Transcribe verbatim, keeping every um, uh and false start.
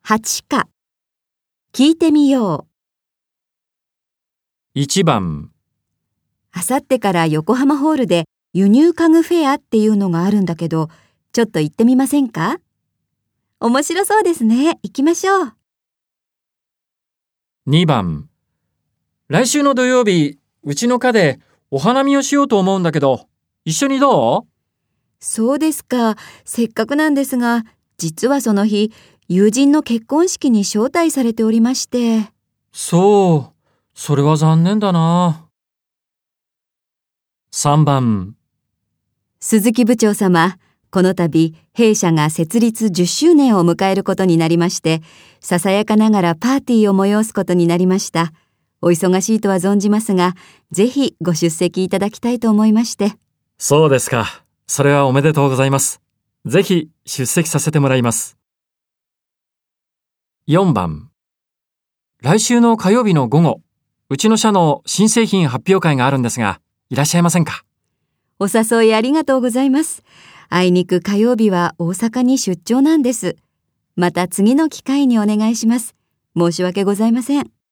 はちか、聞いてみよう。 いちばん、 あさってから横浜ホールで輸入家具フェアっていうのがあるんだけど、ちょっと行ってみませんか？面白そうですね。行きましょう。 にばん、来週の土曜日、うちの課でお花見をしようと思うんだけど、一緒にどう？ そうですか。せっかくなんですが、実はその日、友人の結婚式に招待されておりまして。 そう、それは残念だな。さんばん、 鈴木部長様、この度、弊社が設立じゅっしゅうねんを迎えることになりまして、ささやかながらパーティーを催すことになりました。お忙しいとは存じますが、ぜひご出席いただきたいと思いまして。 そうですか。それはおめでとうございます。ぜひ出席させてもらいます。よんばん、来週の火曜日の午後、うちの社の新製品発表会があるんですが、いらっしゃいませんか？ お誘いありがとうございます。あいにく火曜日は大阪に出張なんです。また次の機会にお願いします。申し訳ございません。